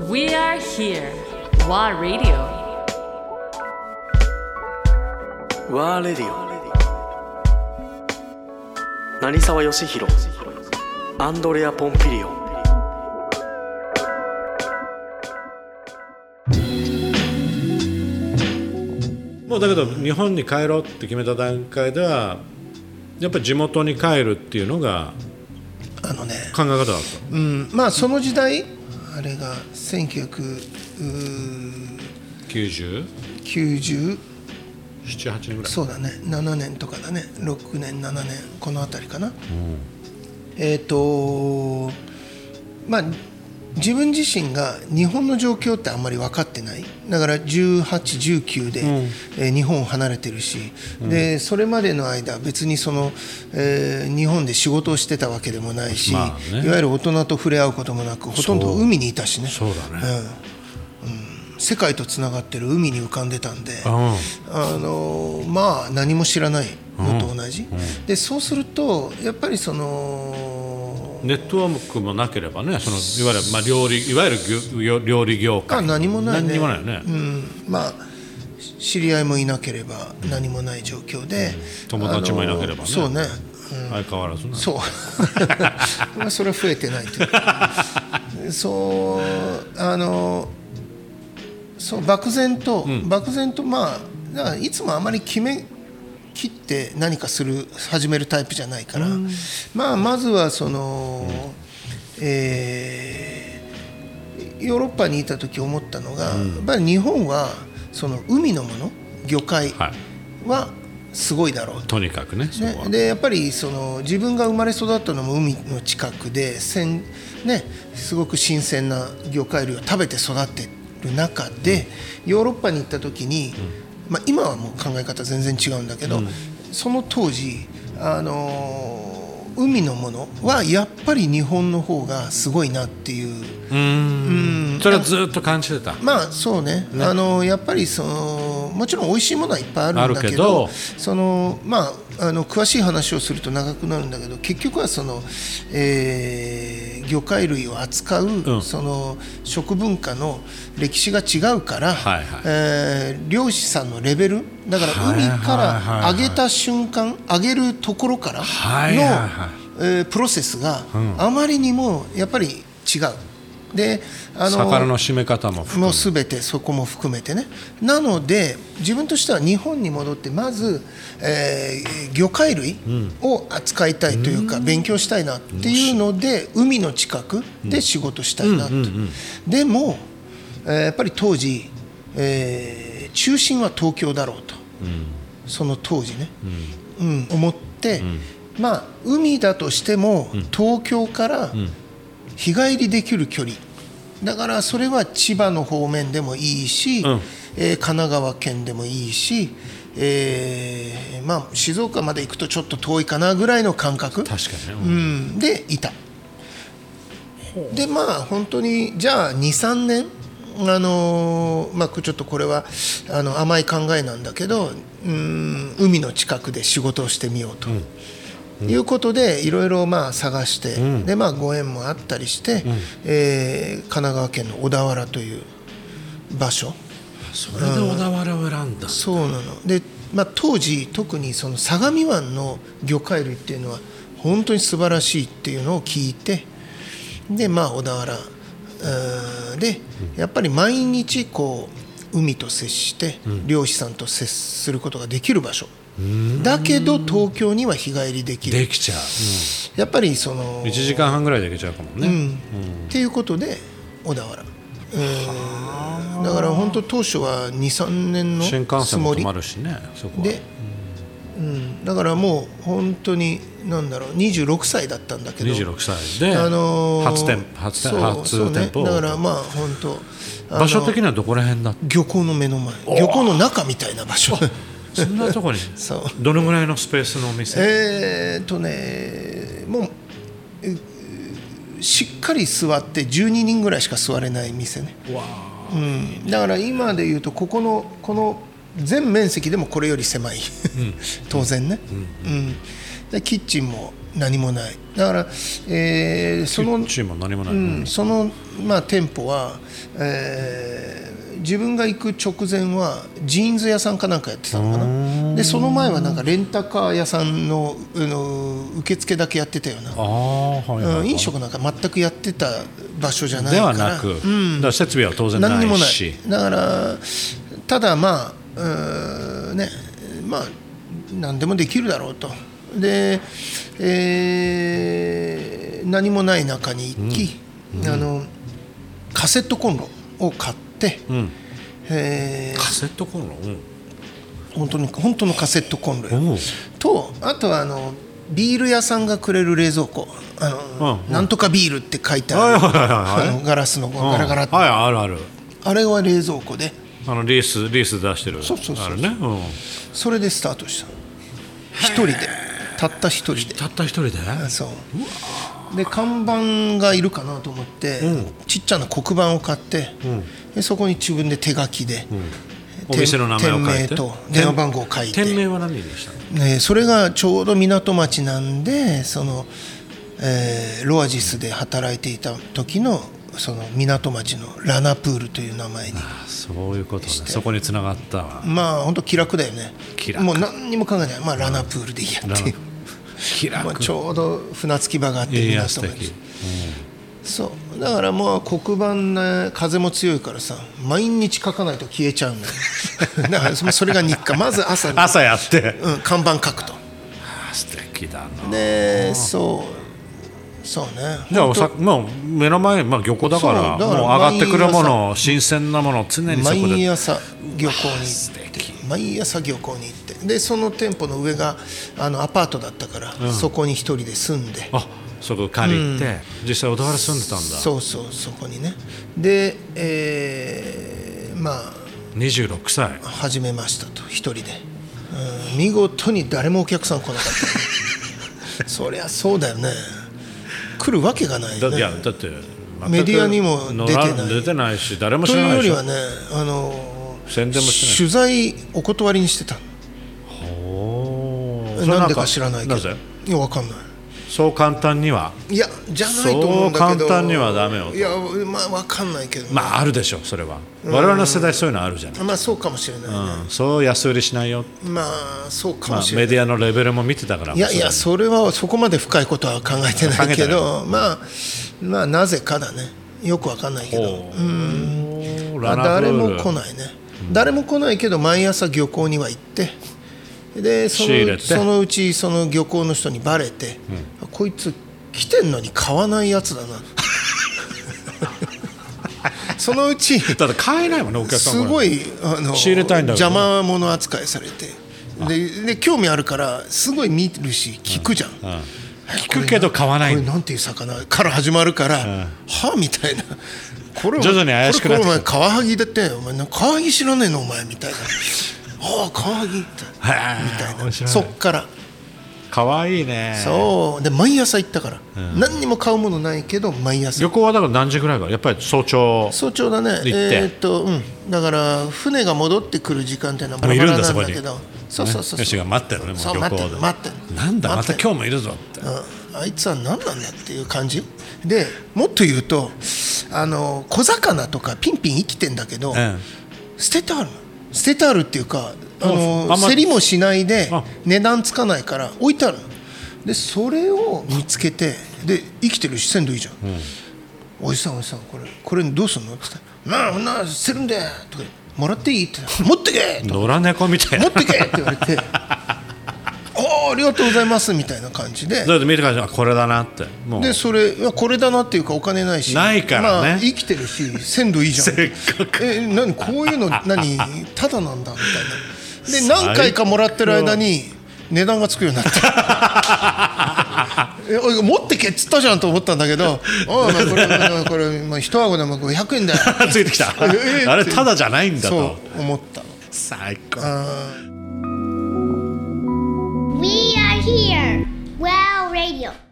We are here. WA Radio. WA Radio。成沢義弘、アンドレア・ポンピリオン。 もうだけど日本に帰ろうって決めた段階ではやっぱり地元に帰るっていうのが考え方だった。 まあその時代あれが 1990 7、 8年ぐらい。 そうだね、7年とかだね、6年7年このあたりかな。まあ自分自身が日本の状況ってあんまり分かってない。だから18、19で、日本を離れてるし、でそれまでの間別にその、日本で仕事をしてたわけでもないし、いわゆる大人と触れ合うこともなくほとんど海にいたしね。 そうだね、 世界とつながってる海に浮かんでたんで、まあ何も知らないのと同じ、でそうするとやっぱりそのネットワークもなければね、そのいわゆる、いわゆる料理業界何もないね。 何にもないよね。 まあ知り合いもいなければ何もない状況で、 友達もいなければね。 そうね、 相変わらずね。 そうそれは増えてないというそう漠然と、まあだからいつもあまり決め切って何か始めるタイプじゃないから、まずはその、ヨーロッパにいた時思ったのが、やっぱり日本はその海のもの、魚介はすごいだろうと、 とにかくね。 でやっぱりその自分が生まれ育ったのも海の近くで、すごく新鮮な魚介類を食べて育ってる中で、ヨーロッパに行った時に、今はもう考え方全然違うんだけど、その当時海のものはやっぱり日本の方がすごいなっていう、 それはずっと感じてた。 まあそうね、やっぱりもちろん美味しいものはいっぱいあるんだけど、詳しい話をすると長くなるんだけど、結局はその、魚介類を扱う、その食文化の歴史が違うから、漁師さんのレベルだから、海から揚げた瞬間、揚げるところからの、プロセスがあまりにもやっぱり違う。で魚の締め方も全てそこも含めてね。なので自分としては日本に戻ってまず、魚介類を扱いたいというか、勉強したいなっていうので、海の近くで仕事したいなと。でも、やっぱり当時、中心は東京だろうと、その当時ね、思って、海だとしても東京から日帰りできる距離だから、それは千葉の方面でもいいし、神奈川県でもいいし、静岡まで行くとちょっと遠いかなぐらいの感覚。 確かに、 でいた。で本当にじゃあ 2,3 年ちょっとこれは甘い考えなんだけど、海の近くで仕事をしてみようと、いうことでいろいろ探して、でご縁もあったりして、神奈川県の小田原という場所。 それで小田原を選んだ。 そうなので、当時特にその相模湾の魚介類っていうのは本当に素晴らしいっていうのを聞いて、で小田原でやっぱり毎日こう海と接して、漁師さんと接することができる場所だけど、東京には日帰りできる。 できちゃう、 やっぱりその 1時間半ぐらいで行けちゃうかもね、 っていうことで小田原、だから本当当初は 2,3 年のつもり新幹線も止まるしね、そこはで、だからもう本当に26歳だったんだけど、 26歳で初店舗、 だから本当場所的にはどこら辺だった？ 漁港の目の前、漁港の中みたいな場所そんなところにどのぐらいのスペースのお店？ もうしっかり座って12人ぐらいしか座れない店ね。だから今でいうとこの全面積でもこれより狭い当然ね、 でキッチンも何もない。だから、そのキッチンも何もない、 その、店舗は、自分が行く直前はジーンズ屋さんかなんかやってたのかな。でその前はなんかレンタカー屋さんの、受付だけやってたような、飲食なんか全くやってた場所じゃないからではなく、だから設備は当然ないし、 何にもない。だからただ何でもできるだろうと。で、何もない中に行き、カセットコンロを買って、 カセットコンロ、 本当のカセットコンロと、あとはビール屋さんがくれる冷蔵庫、なんとかビールって書いてある、ガラスのガラガラって、 あるあれは冷蔵庫で、 リース出してる、 そうあるね、 それでスタートした。一人で、たった一人で。そうで看板がいるかなと思って、ちっちゃな黒板を買って、でそこに自分で手書きで、 お店の名前を書いて、 店名と電話番号を書いて。 店名は何でしたの？ それがちょうど港町なんで、ロアジスで働いていた時のその港町のラナプールという名前に。 そういうことね。そこに繋がったわ。 本当気楽だよね。もう何にも考えない。ラナプールでいいやっていう。ちょうど船着き場があって港町。そうだから黒板ね、風も強いからさ、毎日書かないと消えちゃうんだよ。だからそれが日課。まず朝やって、 看板書くと。 素敵だな。 でそうね。 じゃあもう目の前、漁港だからもう上がってくるもの、新鮮なものを常にそこで毎朝漁港に行って、でその店舗の上がアパートだったから、そこに一人で住んで、 そこ借りて、実際小田原住んでたんだ。 そこにね。で、 26歳始めましたと、一人で。見事に誰もお客さん来なかった。そりゃそうだよね。来るわけがないよね。 だってメディアにも出てないし、誰も知らないでしょ。 というよりはね、 宣伝もしてない。 取材お断りにしてた。なんでか知らないけど。 なぜ？ いや、分かんない。 そう簡単には。 いや、じゃないと思うんだけど。 そう簡単にはダメよと。 いや、分かんないけど。 あるでしょ、それは。我々の世代そういうのあるじゃない。 そうかもしれないね。 そう安売りしないよ。 そうかもしれない。 メディアのレベルも見てたから。 いや、それはそこまで深いことは考えてないけど、なぜかだね。よく分かんないけど。誰も来ないね。誰も来ないけど、毎朝漁港には行って。でそのうちその漁港の人にバレて、こいつ来てんのに買わないやつだな。そのうちだって買えないもんね、お客さん。 すごい仕入れたいんだけど、 邪魔者扱いされて、で興味あるからすごい見るし聞くじゃん。 聞くけど買わない。 これなんていう魚から始まるから、はみたいな。これ徐々に怪しくなってお前カワハギだって、お前カワハギ知らねえのお前みたいな。カワハギみたいな。そっからかわいいね。 そうで毎朝行ったから、何にも買うものないけど毎朝。 漁港はだから何時ぐらいからやっぱり早朝だね。だから船が戻ってくる時間っていうのはバラバラなんだけど、そうよしが待ってるね、もう漁港で待ってる。 なんだまた今日もいるぞって、 あいつは何なんだっていう感じで、もっと言うと小魚とかピンピン生きてんだけど、捨ててあるっていうか、競りもしないで値段つかないから置いてある。でそれを見つけて、で生きてるし鮮度いいじゃん。おじさんこれどうすんのって言ったら、な捨てるんだよとか、もらっていいって持ってけとか、 野良猫みたいな、 持ってけって言われてありがとうございますみたいな感じで、 だって見てからこれだなって、もうでそれこれだなっていうか、お金ないしないからね、 生きてるし鮮度いいじゃん。 せっかく何こういうのただなんだみたいな。で何回かもらってる間に値段がつくようになって持ってけっつったじゃんと思ったんだけど、これ一顎でも500円だよついてきたあれただじゃないんだとそう思った。 最高。 We are here. Wow Radio.